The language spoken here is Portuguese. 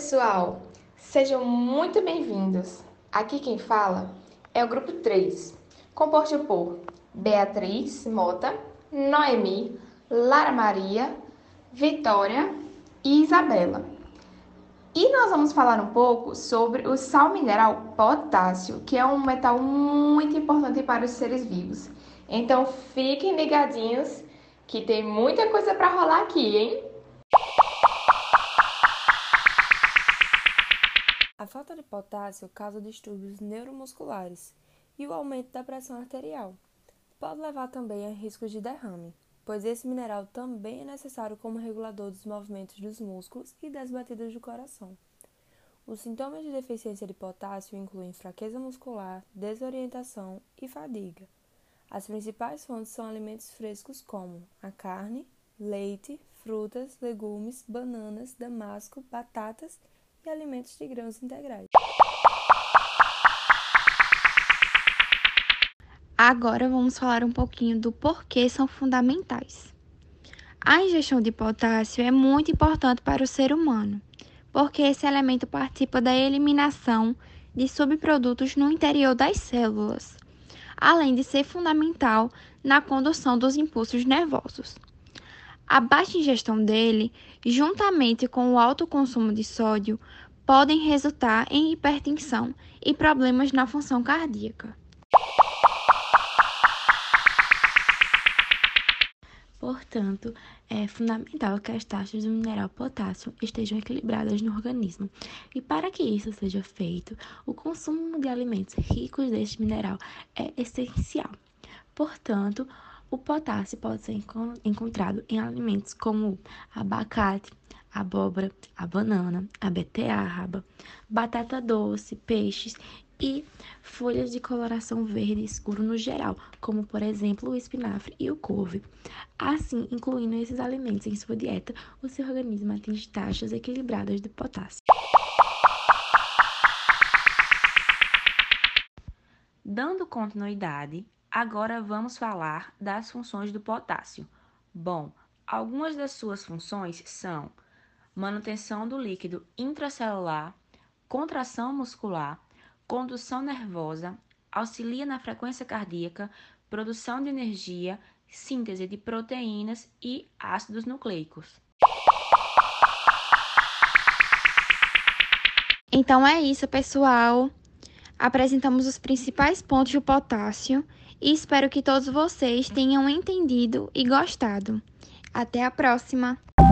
pessoal! Sejam muito bem-vindos! Aqui quem fala é o grupo 3, composto por Beatriz Mota, Noemi, Lara Maria, Vitória e Isabela. E nós vamos falar um pouco sobre o sal mineral potássio, que é um metal muito importante para os seres vivos. Então fiquem ligadinhos que tem muita coisa para rolar aqui, hein? A falta de potássio causa distúrbios neuromusculares e o aumento da pressão arterial. Pode levar também a riscos de derrame, pois esse mineral também é necessário como regulador dos movimentos dos músculos e das batidas do coração. Os sintomas de deficiência de potássio incluem fraqueza muscular, desorientação e fadiga. As principais fontes são alimentos frescos como a carne, leite, frutas, legumes, bananas, damasco, batatas e alimentos de grãos integrais. Agora vamos falar um pouquinho do porquê são fundamentais. A ingestão de potássio é muito importante para o ser humano, porque esse elemento participa da eliminação de subprodutos no interior das células, além de ser fundamental na condução dos impulsos nervosos. A baixa ingestão dele, juntamente com o alto consumo de sódio, podem resultar em hipertensão e problemas na função cardíaca. Portanto, é fundamental que as taxas do mineral potássio estejam equilibradas no organismo. E para que isso seja feito, o consumo de alimentos ricos deste mineral é essencial. Portanto, o potássio pode ser encontrado em alimentos como abacate, abóbora, a banana, a beterraba, batata doce, peixes e folhas de coloração verde escuro no geral, como por exemplo o espinafre e o couve. Assim, incluindo esses alimentos em sua dieta, o seu organismo atinge taxas equilibradas de potássio. Dando continuidade, agora vamos falar das funções do potássio. Bom, algumas das suas funções são manutenção do líquido intracelular, contração muscular, condução nervosa, auxilia na frequência cardíaca, produção de energia, síntese de proteínas e ácidos nucleicos. Então é isso, pessoal. Apresentamos os principais pontos do potássio e espero que todos vocês tenham entendido e gostado. Até a próxima!